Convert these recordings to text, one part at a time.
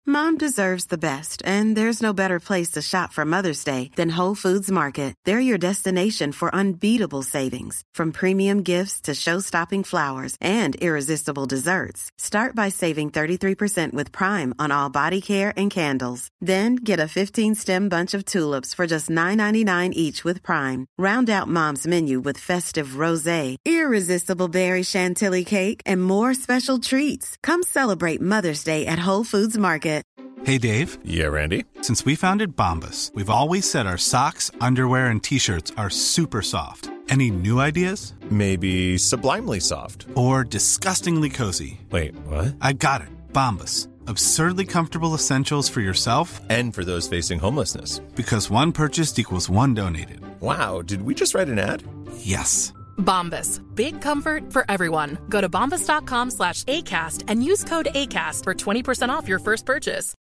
Mom deserves the best, and there's no better place to shop for Mother's Day than Whole Foods Market. They're your destination for unbeatable savings, from premium gifts to show-stopping flowers and irresistible desserts. Start by saving 33% with Prime on all body care and candles. Then get a 15-stem bunch of tulips for just $9.99 each with Prime. Round out Mom's menu with festive rosé, irresistible berry chantilly cake, and more special treats. Come celebrate Mother's Day at Whole Foods Market. Hey, Dave. Yeah, Randy. Since we founded Bombas, we've always said our socks, underwear, and T-shirts are super soft. Any new ideas? Maybe sublimely soft. Or disgustingly cozy. Wait, what? I got it. Bombas. Absurdly comfortable essentials for yourself and for those facing homelessness. Because one purchased equals one donated. Wow, did we just write an ad? Yes. Bombas. Big comfort for everyone. Go to bombas.com/ACAST and use code ACAST for 20% off your first purchase.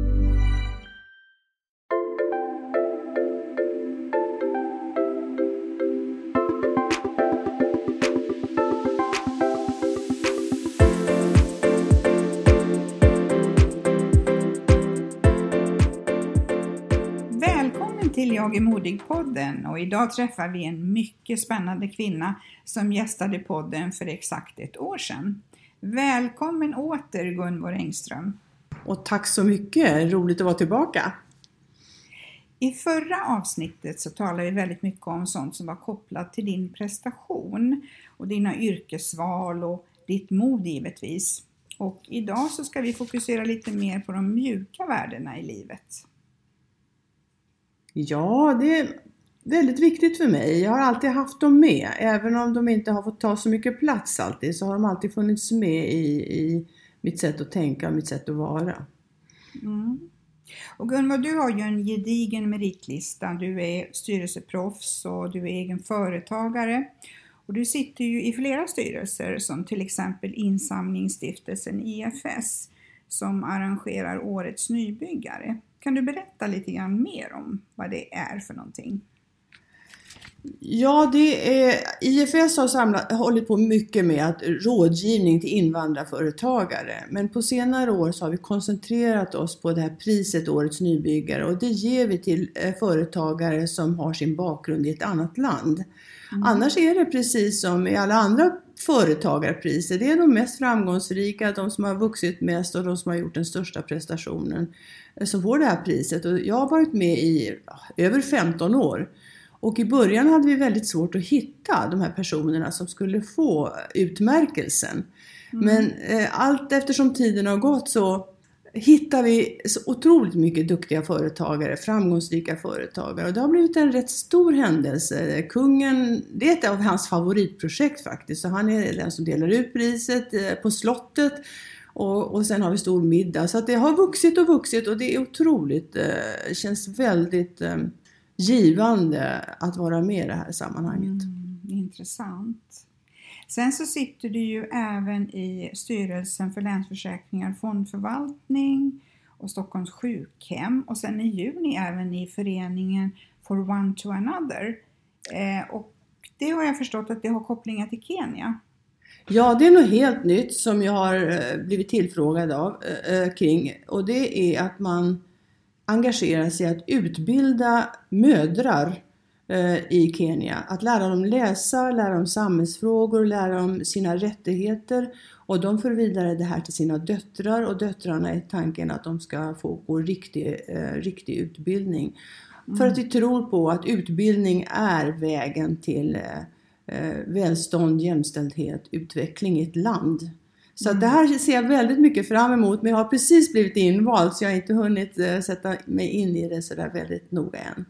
Välkommen till Jag är modig-podden, och idag träffar vi en mycket spännande kvinna som gästade podden för exakt ett år sedan. Välkommen åter Gunvor Engström. Och tack så mycket, roligt att vara tillbaka. I förra avsnittet så talade vi väldigt mycket om sånt som var kopplat till din prestation och dina yrkesval och ditt mod givetvis. Och idag så ska vi fokusera lite mer på de mjuka värdena i livet. Ja, det är väldigt viktigt för mig. Jag har alltid haft dem med. Även om de inte har fått ta så mycket plats alltid, så har de alltid funnits med i mitt sätt att tänka och mitt sätt att vara. Mm. Och Gunvor, du har ju en gedigen meritlista. Du är styrelseproffs och du är egen företagare. Och du sitter ju i flera styrelser, som till exempel Insamlingsstiftelsen IFS, som arrangerar årets nybyggare. Kan du berätta lite grann mer om vad det är för någonting? Ja, IFS har hållit på mycket med rådgivning till invandrarföretagare. Men på senare år så har vi koncentrerat oss på det här priset Årets nybyggare. Och det ger vi till företagare som har sin bakgrund i ett annat land. Annars är det precis som i alla andra företagarpriser. Det är de mest framgångsrika, de som har vuxit mest och de som har gjort den största prestationen som får det här priset. Och jag har varit med i över 15 år. Och i början hade vi väldigt svårt att hitta de här personerna som skulle få utmärkelsen. Men allt eftersom tiden har gått så hittar vi så otroligt mycket duktiga företagare, framgångsrika företagare. Och det har blivit en rätt stor händelse. Kungen, det är ett av hans favoritprojekt faktiskt. Så han är den som delar ut priset på slottet. Och sen har vi stor middag. Så att det har vuxit och det är otroligt. Känns väldigt givande att vara med i det här sammanhanget. Intressant. Sen så sitter du ju även i styrelsen för Länsförsäkringar, fondförvaltning och Stockholms sjukhem. Och sen i juni även i föreningen For One to Another. Och det har jag förstått att det har kopplingar till Kenya. Ja, det är något helt nytt som jag har blivit tillfrågad kring. Och det är att man engagerar sig att utbilda mödrar i Kenya. Att lära dem läsa, lära dem samhällsfrågor, lära dem sina rättigheter. Och de för vidare det här till sina döttrar. Och döttrarna är tanken att de ska få gå riktig utbildning. För att vi tror på att utbildning är vägen till välstånd, jämställdhet, utveckling i ett land. Så det här ser jag väldigt mycket fram emot. Men jag har precis blivit invald så jag har inte hunnit sätta mig in i det så där väldigt noga än.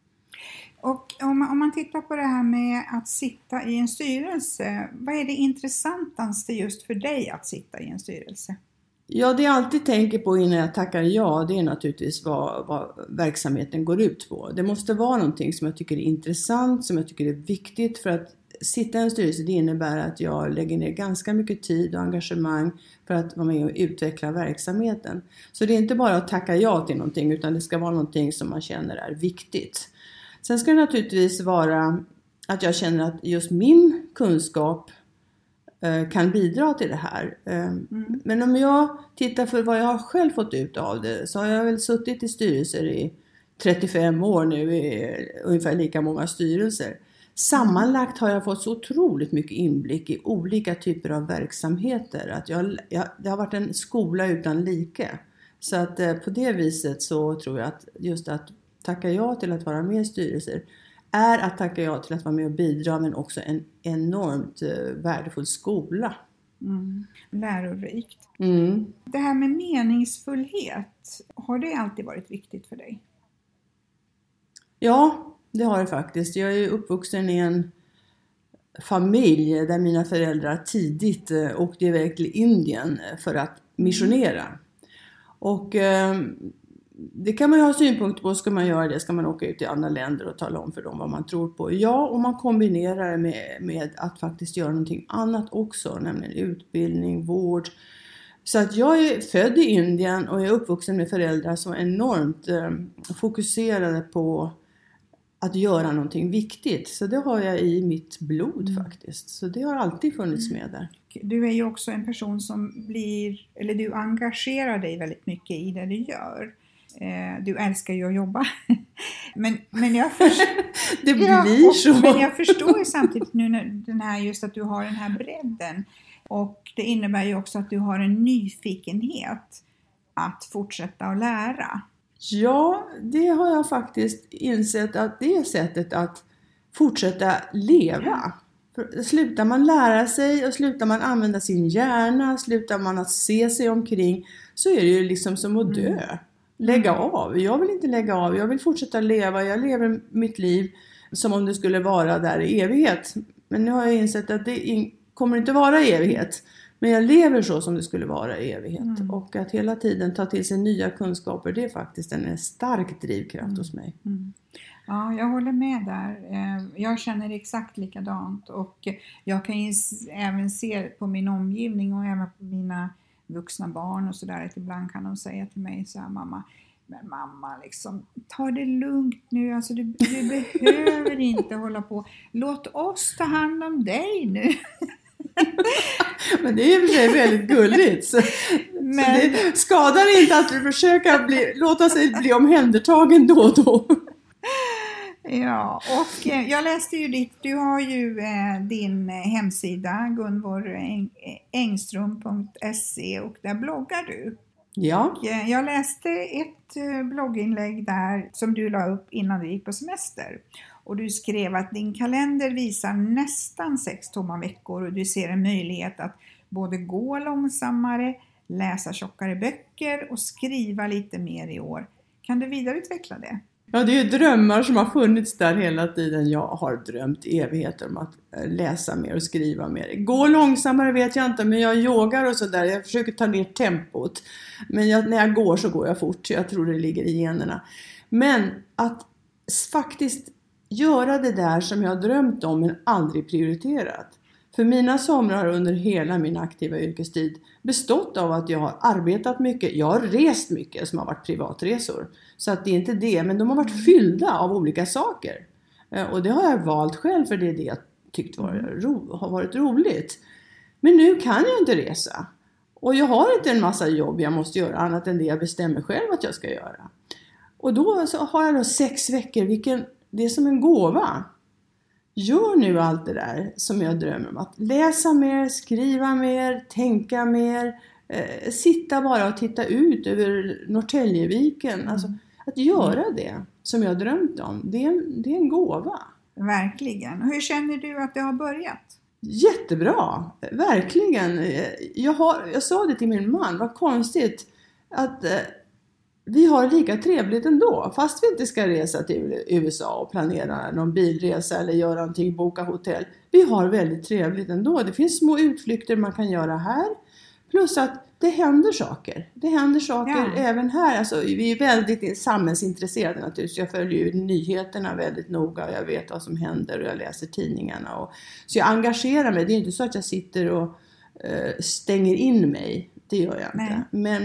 Och om man tittar på det här med att sitta i en styrelse, vad är det intressantaste just för dig att sitta i en styrelse? Ja, det jag alltid tänker på innan jag tackar ja, det är naturligtvis vad verksamheten går ut på. Det måste vara någonting som jag tycker är intressant, som jag tycker är viktigt. För att sitta i en styrelse, det innebär att jag lägger ner ganska mycket tid och engagemang för att vara med och utveckla verksamheten. Så det är inte bara att tacka ja till någonting, utan det ska vara någonting som man känner är viktigt. Sen ska det naturligtvis vara att jag känner att just min kunskap kan bidra till det här. Men om jag tittar för vad jag har själv fått ut av det, så har jag väl suttit i styrelser i 35 år nu, i ungefär lika många styrelser. Sammanlagt har jag fått så otroligt mycket inblick i olika typer av verksamheter att det har varit en skola utan like. Så att på det viset så tror jag att just att tacka ja till att vara med i styrelser är att tacka ja till att vara med och bidra, men också en enormt värdefull skola. Lärorikt. Mm. Det här med meningsfullhet, har det alltid varit viktigt för dig? Ja, det har det faktiskt. Jag är uppvuxen i en familj där mina föräldrar tidigt åkte iväg till Indien för att missionera. Och det kan man ju ha synpunkter på. Ska man göra det? Ska man åka ut till andra länder och tala om för dem vad man tror på? Ja, och man kombinerar det med att faktiskt göra någonting annat också. Nämligen utbildning, vård. Så att jag är född i Indien och jag är uppvuxen med föräldrar som är enormt fokuserade på att göra någonting viktigt. Så det har jag i mitt blod faktiskt. Så det har alltid funnits med där. Du är ju också en person som du engagerar dig väldigt mycket i det du gör. Du älskar ju att jobba. men jag det blir så. Men jag förstår ju samtidigt nu när just att du har den här bredden. Och det innebär ju också att du har en nyfikenhet att fortsätta att lära. Ja, det har jag faktiskt insett att det är sättet att fortsätta leva. För slutar man lära sig och slutar man använda sin hjärna, slutar man att se sig omkring, så är det ju liksom som att dö. Lägga av. Jag vill inte lägga av. Jag vill fortsätta leva. Jag lever mitt liv som om det skulle vara där i evighet. Men nu har jag insett att det kommer inte vara i evighet. Men jag lever så som det skulle vara i evighet. Och att hela tiden ta till sig nya kunskaper, det är faktiskt en stark drivkraft hos mig. Ja, jag håller med där. Jag känner exakt likadant. Och jag kan ju även se på min omgivning och även på mina vuxna barn och sådär. Att ibland kan de säga till mig så här: mamma, liksom, ta det lugnt nu. Alltså, du behöver inte hålla på. Låt oss ta hand om dig nu. Men det är ju för sig väldigt gulligt. Så det skadar inte att du försöker låta sig bli omhändertagen då och då. Ja, och jag läste ju du har ju din hemsida gunvorengström.se och där bloggar du. Ja. Och jag läste ett blogginlägg där som du la upp innan du gick på semester. Och du skrev att din kalender visar nästan 6 tomma veckor och du ser en möjlighet att både gå långsammare, läsa tjockare böcker och skriva lite mer i år. Kan du vidareutveckla det? Ja, det är ju drömmar som har funnits där hela tiden. Jag har drömt i evigheter om att läsa mer och skriva mer. Gå långsammare vet jag inte, men jag yogar och sådär. Jag försöker ta ner tempot. Men när jag går så går jag fort. Jag tror det ligger i generna. Men att faktiskt göra det där som jag har drömt om men aldrig prioriterat. För mina somrar under hela min aktiva yrkestid bestått av att jag har arbetat mycket. Jag har rest mycket som har varit privatresor. Så att det är inte det, men de har varit fyllda av olika saker. Och det har jag valt själv för det är det jag tyckt har varit roligt. Men nu kan jag inte resa. Och jag har inte en massa jobb jag måste göra annat än det jag bestämmer själv att jag ska göra. Och då så har jag 6 veckor, det är som en gåva. Gör nu allt det där som jag drömmer om. Att läsa mer, skriva mer, tänka mer. Sitta bara och titta ut över Norrtäljeviken. Alltså, att göra det som jag drömt om, det är en gåva. Verkligen. Hur känner du att det har börjat? Jättebra, verkligen. Jag sa det till min man, vad konstigt att vi har lika trevligt ändå. Fast vi inte ska resa till USA och planera någon bilresa eller göra någonting, boka hotell. Vi har väldigt trevligt ändå. Det finns små utflykter man kan göra här. Plus att det händer saker. Det händer saker även här. Alltså, vi är väldigt samhällsintresserade naturligtvis. Jag följer ju nyheterna väldigt noga. Jag vet vad som händer och jag läser tidningarna. Så jag engagerar mig. Det är inte så att jag sitter och stänger in mig. Det gör jag inte.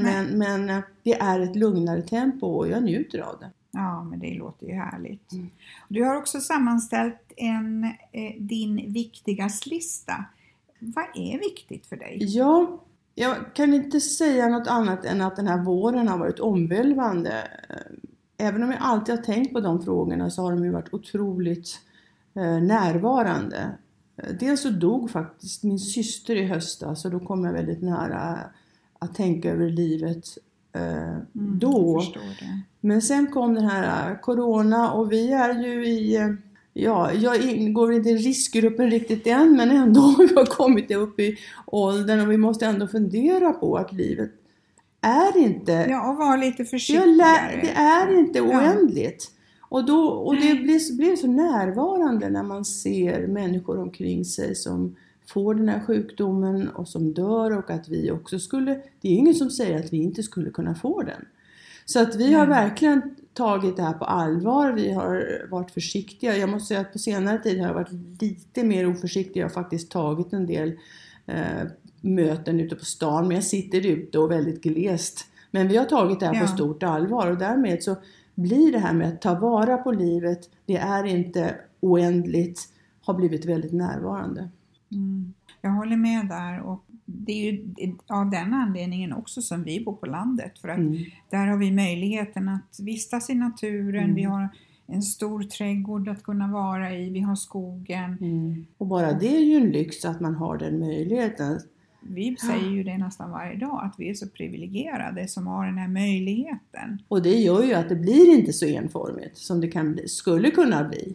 Men det är ett lugnare tempo och jag njuter av det. Ja, men det låter ju härligt. Du har också sammanställt din viktigaste lista. Vad är viktigt för dig? Ja, jag kan inte säga något annat än att den här våren har varit omvälvande. Även om jag alltid har tänkt på de frågorna så har de ju varit otroligt närvarande. Dels så dog faktiskt min syster i höstas, så då kom jag väldigt nära att tänka över livet då. Men sen kom den här corona och vi är ju i, jag ingår inte i riskgruppen riktigt än, men ändå har jag kommit upp i åldern och vi måste ändå fundera på att livet är inte... Ja, och vara lite försiktigare. Det är inte oändligt. Och det blir så närvarande när man ser människor omkring sig som får den här sjukdomen och som dör, och att vi också skulle, det är ingen som säger att vi inte skulle kunna få den. Så att vi har verkligen tagit det här på allvar, vi har varit försiktiga. Jag måste säga att på senare tid har jag varit lite mer oförsiktig, jag har faktiskt tagit en del möten ute på stan, men jag sitter ute och väldigt glest. Men vi har tagit det här på stort allvar, och därmed så blir det här med att ta vara på livet, det är inte oändligt, har blivit väldigt närvarande. Jag håller med där, och det är ju av den anledningen också som vi bor på landet. För att där har vi möjligheten att vistas i naturen, vi har en stor trädgård att kunna vara i, vi har skogen. Och bara det är ju en lyx att man har den möjligheten. Vi säger ju det nästan varje dag, att vi är så privilegierade som har den här möjligheten. Och det gör ju att det blir inte så enformigt som det skulle kunna bli.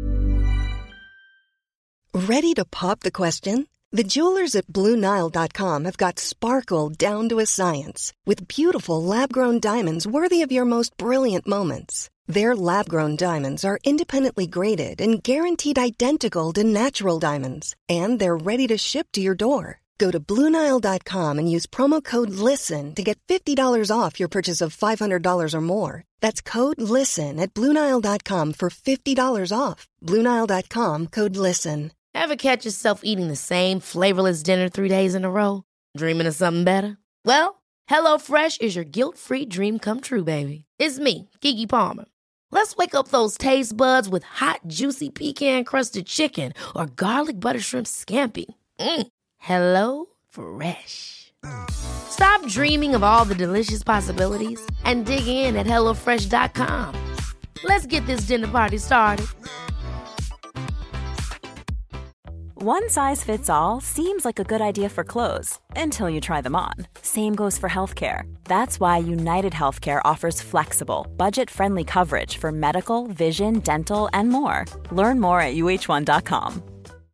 Ready to pop the question? The jewelers at BlueNile.com have got sparkle down to a science with beautiful lab-grown diamonds worthy of your most brilliant moments. Their lab-grown diamonds are independently graded and guaranteed identical to natural diamonds, and they're ready to ship to your door. Go to BlueNile.com and use promo code LISTEN to get $50 off your purchase of $500 or more. That's code LISTEN at BlueNile.com for $50 off. BlueNile.com, code LISTEN. Ever catch yourself eating the same flavorless dinner 3 days in a row? Dreaming of something better? Well, HelloFresh is your guilt-free dream come true, baby. It's me, Keke Palmer. Let's wake up those taste buds with hot, juicy pecan-crusted chicken or garlic butter shrimp scampi. Hello Fresh. Stop dreaming of all the delicious possibilities and dig in at HelloFresh.com. Let's get this dinner party started. One size fits all seems like a good idea for clothes until you try them on. Same goes for healthcare. That's why United Healthcare offers flexible, budget-friendly coverage for medical, vision, dental, and more. Learn more at uh1.com.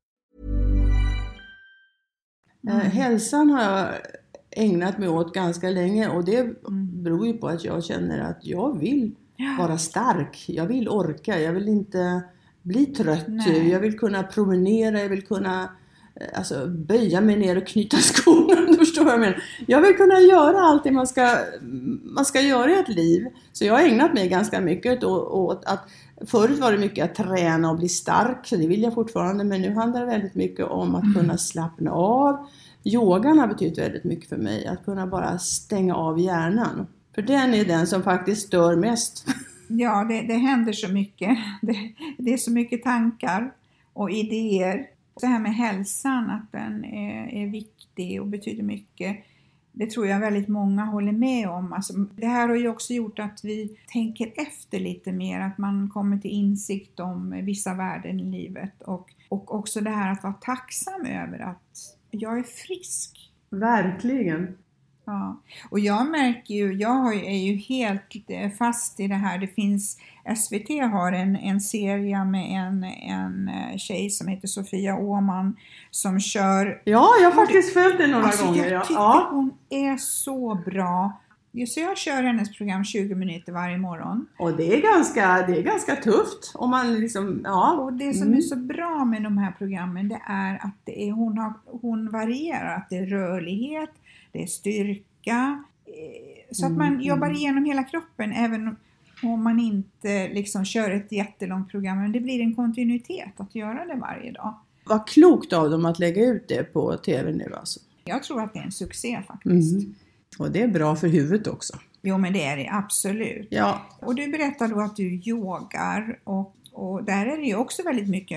Hälsan har jag ägnat mig åt ganska länge, och det beror ju på att jag känner att jag vill vara stark. Jag vill orka, jag vill inte bli trött. Jag vill kunna promenera, jag vill kunna böja mig ner och knyta skorna. Du förstår vad jag menar. Jag vill kunna göra allt det man ska göra i ett liv. Så jag har ägnat mig ganska mycket åt att förut var det mycket att träna och bli stark, så det vill jag fortfarande, men nu handlar det väldigt mycket om att kunna slappna av. Yogan har betytt väldigt mycket för mig, att kunna bara stänga av hjärnan. För den är den som faktiskt stör mest. Ja, det händer så mycket. Det är så mycket tankar och idéer. Det här med hälsan, att den är viktig och betyder mycket. Det tror jag väldigt många håller med om. Alltså, det här har ju också gjort att vi tänker efter lite mer. Att man kommer till insikt om vissa värden i livet. Och också det här att vara tacksam över att jag är frisk. Verkligen. Ja, och jag märker ju, är ju helt fast i det här. Det finns, SVT har en serie med en tjej som heter Sofia Åman som kör. Ja, jag har faktiskt följt det några gånger. Jag tycker hon är så bra. Så jag kör hennes program 20 minuter varje morgon. Och det är ganska tufft. Om man liksom, Och det som är så bra med de här programmen, det är att hon varierar. Att det är rörlighet, det är styrka. Så att man jobbar igenom hela kroppen, även om man inte liksom kör ett jättelångt program. Men det blir en kontinuitet att göra det varje dag. Vad klokt av dem att lägga ut det på tv nu alltså. Jag tror att det är en succé faktiskt. Och det är bra för huvudet också. Jo, men det är det absolut. Ja. Och du berättar då att du yogar och där är det ju också väldigt mycket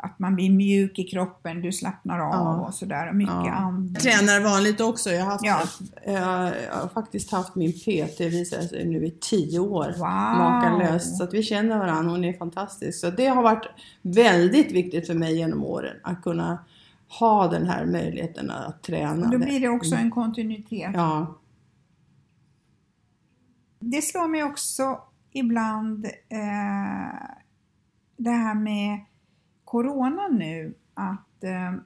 att man blir mjuk i kroppen, du slappnar av och sådär. Och mycket Jag tränar vanligt också. Jag har faktiskt haft min PT visar sig nu i 10 år. Makalöst. Så att vi känner varandra, hon är fantastisk. Så det har varit väldigt viktigt för mig genom åren att kunna ha den här möjligheten att träna. Och då blir det också en kontinuitet. Ja. Det slår mig också ibland det här med corona nu, att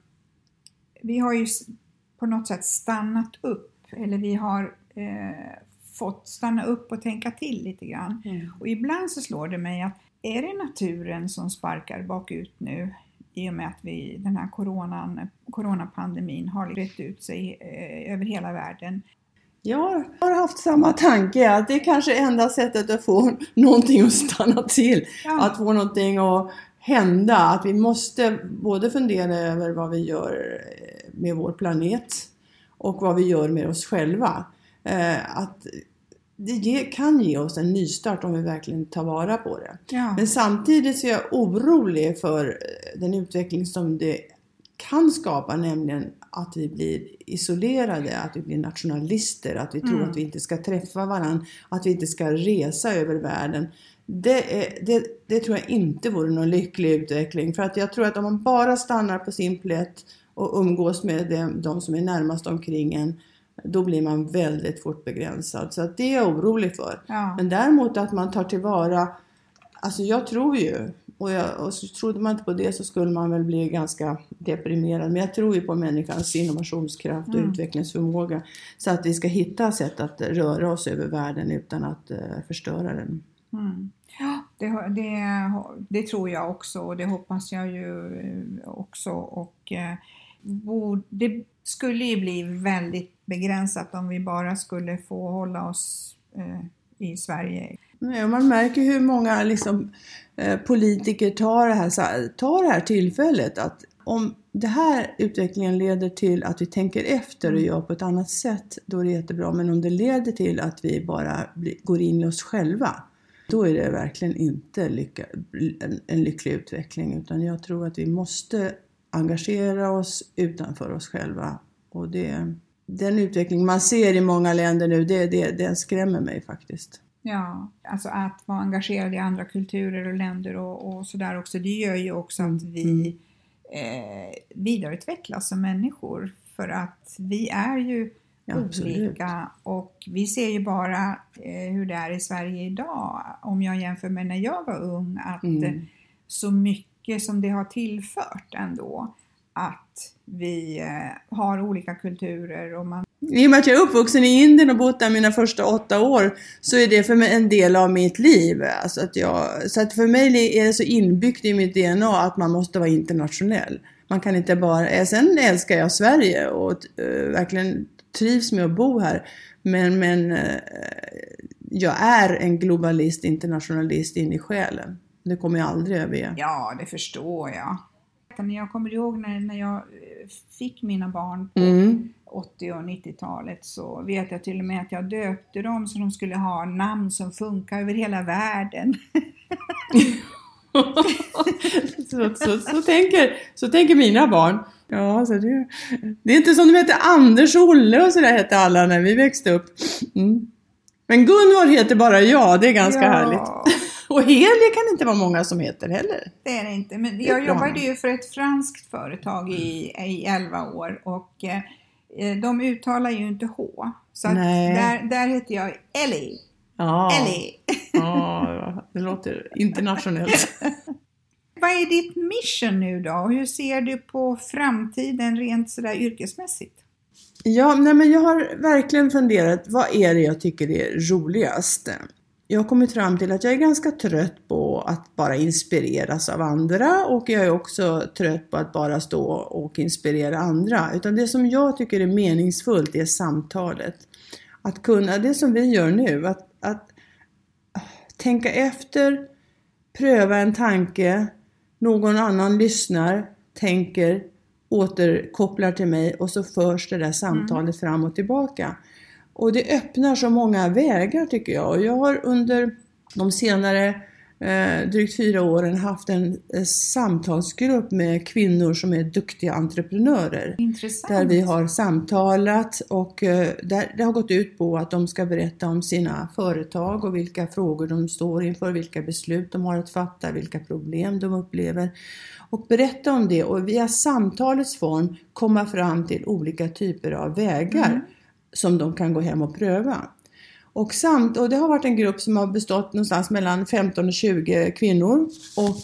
vi har ju på något sätt stannat upp, eller vi har fått stanna upp och tänka till lite grann. Och ibland så slår det mig att är det naturen som sparkar bakut nu i och med att den här coronapandemin har brett ut sig över hela världen? Jag har haft samma tanke, att det är kanske enda sättet att få någonting att stanna till. Ja. Att få någonting att hända. Att vi måste både fundera över vad vi gör med vår planet och vad vi gör med oss själva. Att det kan ge oss en nystart om vi verkligen tar vara på det. Ja. Men samtidigt så är jag orolig för den utveckling som det kan skapa, nämligen att vi blir isolerade, att vi blir nationalister, att vi tror att vi inte ska träffa varandra, att vi inte ska resa över världen. Det tror jag inte vore någon lycklig utveckling, för att jag tror att om man bara stannar på sin plätt och umgås med de som är närmast omkring en, då blir man väldigt fort begränsad. Så att det är jag orolig för. Ja. Men däremot att man tar tillvara, alltså jag tror ju, och så trodde man inte på det så skulle man väl bli ganska deprimerad. Men jag tror ju på människans innovationskraft och utvecklingsförmåga. Så att vi ska hitta sätt att röra oss över världen utan att förstöra den. Ja, det tror jag också, och det hoppas jag ju också. Och det skulle ju bli väldigt begränsat om vi bara skulle få hålla oss i Sverige. Nej, man märker hur många politiker tar det här tillfället, att om det här utvecklingen leder till att vi tänker efter och gör på ett annat sätt, då är det jättebra. Men om det leder till att vi bara går in i oss själva, då är det verkligen inte en lycklig utveckling. Utan jag tror att vi måste engagera oss utanför oss själva. Och den utveckling man ser i många länder nu, den skrämmer mig faktiskt. Ja, alltså att vara engagerad i andra kulturer och länder och sådär också. Det gör ju också att vi vidareutvecklas som människor. För att vi är ju olika, och vi ser ju bara hur det är i Sverige idag. Om jag jämför med när jag var ung, att så mycket som det har tillfört ändå. Att vi har olika kulturer och man... I och med att jag är uppvuxen i Indien och bott där mina första 8 år, så är det för mig en del av mitt liv. Alltså så att för mig är det så inbyggt i mitt DNA att man måste vara internationell. Man kan inte bara... Sen älskar jag Sverige och verkligen trivs med att bo här. Men jag är en globalist, internationalist in i själen. Det kommer jag aldrig överge. Ja, det förstår jag. Jag kommer ihåg när jag fick mina barn på 80- och 90-talet, så vet jag till och med att jag döpte dem så de skulle ha namn som funkar över hela världen. så tänker mina barn. Ja, så det är inte som de heter Anders och Olle och så där hette alla när vi växte upp. Men Gunvor heter bara jag, det är ganska härligt. Och Heli kan inte vara många som heter heller. Det är det inte. Men jag jobbade ju för ett franskt företag i 11 år. Och de uttalar ju inte H. Så att där heter jag Ellie. Ja. Ellie. Ja, det låter internationellt. Vad är ditt mission nu då? Hur ser du på framtiden rent sådär yrkesmässigt? Ja, men jag har verkligen funderat, vad är det jag tycker är roligast? Jag har kommit fram till att jag är ganska trött på att bara inspireras av andra, och jag är också trött på att bara stå och inspirera andra. Utan det som jag tycker är meningsfullt är samtalet. Att kunna, det som vi gör nu, att tänka efter, pröva en tanke, någon annan lyssnar, tänker, återkopplar till mig och så förs det där samtalet fram och tillbaka. Och det öppnar så många vägar tycker jag. Och jag har under de senare drygt 4 åren haft en samtalsgrupp med kvinnor som är duktiga entreprenörer. Intressant. Där vi har samtalat och det har gått ut på att de ska berätta om sina företag och vilka frågor de står inför, vilka beslut de har att fatta, vilka problem de upplever. Och berätta om det och via samtalets form komma fram till olika typer av vägar som de kan gå hem och pröva. Och det har varit en grupp som har bestått någonstans mellan 15 och 20 kvinnor. Och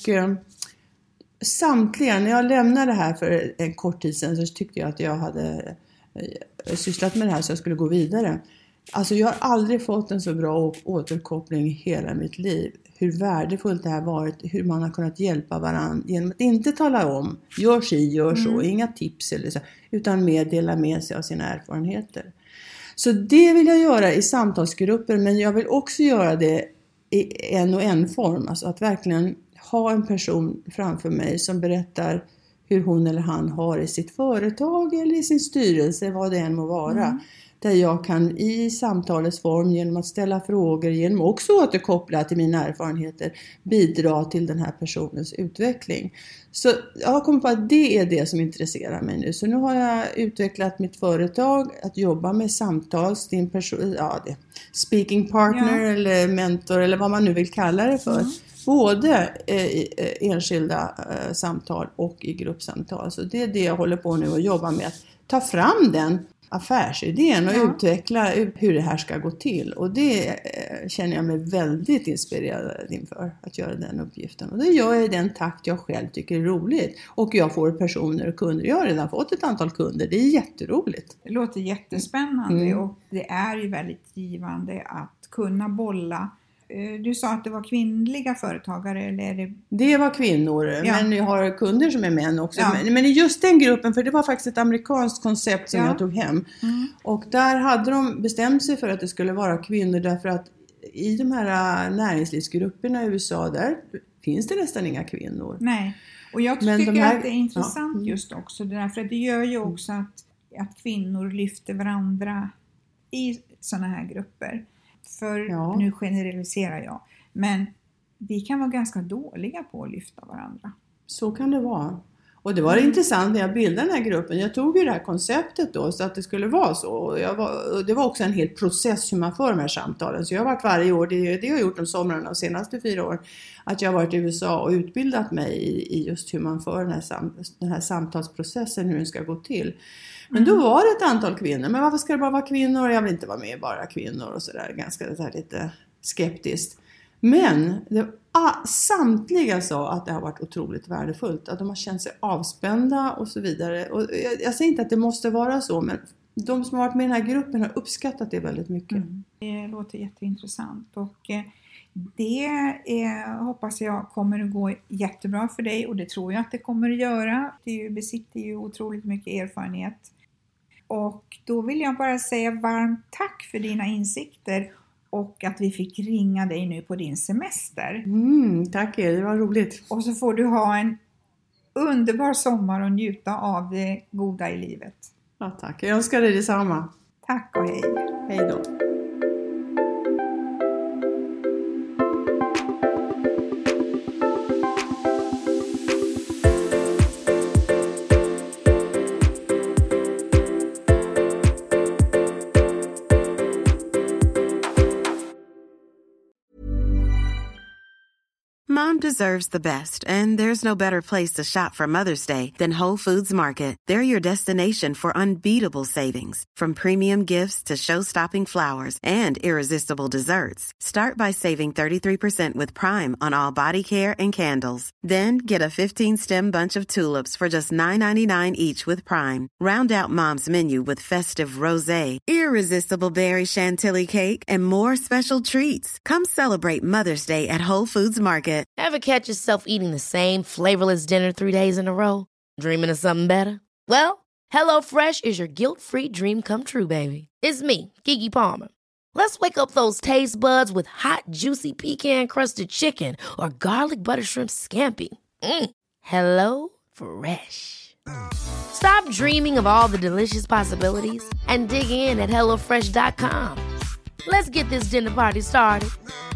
samtliga, när jag lämnade det här för en kort tid sedan så tyckte jag att jag hade sysslat med det här så jag skulle gå vidare. Alltså jag har aldrig fått en så bra återkoppling i hela mitt liv. Hur värdefullt det här varit, hur man har kunnat hjälpa varandra genom att inte tala om, gör så, inga tips eller så, utan mer dela med sig av sina erfarenheter. Så det vill jag göra i samtalsgrupper, men jag vill också göra det i en och en form. Alltså att verkligen ha en person framför mig som berättar hur hon eller han har i sitt företag eller i sin styrelse, vad det än må vara. Där jag kan i samtalets form genom att ställa frågor, genom också återkoppla till mina erfarenheter, bidra till den här personens utveckling. Så jag har kommit på att det är det som intresserar mig nu. Så nu har jag utvecklat mitt företag att jobba med samtals, speaking partner eller mentor eller vad man nu vill kalla det för. Både enskilda samtal och i gruppsamtal. Så det är det jag håller på nu att jobba med. Att ta fram den affärsidén och utveckla hur det här ska gå till. Och det känner jag mig väldigt inspirerad inför att göra den uppgiften. Och det gör jag i den takt jag själv tycker är roligt. Och jag får personer och kunder. Jag har redan fått ett antal kunder. Det är jätteroligt. Det låter jättespännande och det är ju väldigt givande att kunna bolla. Du sa att det var kvinnliga företagare eller är det... Det var kvinnor, men jag har kunder som är män också. Men i just den gruppen, för det var faktiskt ett amerikanskt koncept som jag tog hem. Och där hade de bestämt sig för att det skulle vara kvinnor därför att i de här näringslivsgrupperna i USA där finns det nästan inga kvinnor. Nej, och jag tycker att det är intressant just också. Därför att det gör ju också att kvinnor lyfter varandra i sådana här grupper. För nu generaliserar jag. Men vi kan vara ganska dåliga på att lyfta varandra. Så kan det vara. Och det var intressant när jag bildade den här gruppen. Jag tog ju det här konceptet då så att det skulle vara så. Och det var också en hel process hur man för de här samtalen. Så jag har varit varje år, det har jag gjort de somrarna de senaste 4 år. Att jag har varit i USA och utbildat mig i just hur man för den här samtalsprocessen, hur den ska gå till. Men då var det ett antal kvinnor. Men varför ska det bara vara kvinnor? Jag vill inte vara med bara kvinnor och sådär. Ganska så här lite skeptiskt. Men samtliga sa att det har varit otroligt värdefullt. Att de har känt sig avspända och så vidare. Och jag säger inte att det måste vara så. Men de som har varit med i den här gruppen har uppskattat det väldigt mycket. Det låter jätteintressant. Och det hoppas jag kommer att gå jättebra för dig. Och det tror jag att det kommer att göra. Du besitter ju otroligt mycket erfarenhet. Och då vill jag bara säga varmt tack för dina insikter och att vi fick ringa dig nu på din semester. Tack er, det var roligt. Och så får du ha en underbar sommar och njuta av det goda i livet. Ja, tack. Jag önskar dig detsamma. Tack och hej. Hej då. Mom deserves the best, and there's no better place to shop for Mother's Day than Whole Foods Market. They're your destination for unbeatable savings, from premium gifts to show-stopping flowers and irresistible desserts. Start by saving 33% with Prime on all body care and candles. Then get a 15-stem bunch of tulips for just $9.99 each with Prime. Round out Mom's menu with festive rosé, irresistible berry chantilly cake, and more special treats. Come celebrate Mother's Day at Whole Foods Market. Ever catch yourself eating the same flavorless dinner 3 days in a row? Dreaming of something better? Well, HelloFresh is your guilt-free dream come true, baby. It's me, Keke Palmer. Let's wake up those taste buds with hot, juicy pecan-crusted chicken or garlic butter shrimp scampi. Hello Fresh. Stop dreaming of all the delicious possibilities and dig in at HelloFresh.com. Let's get this dinner party started.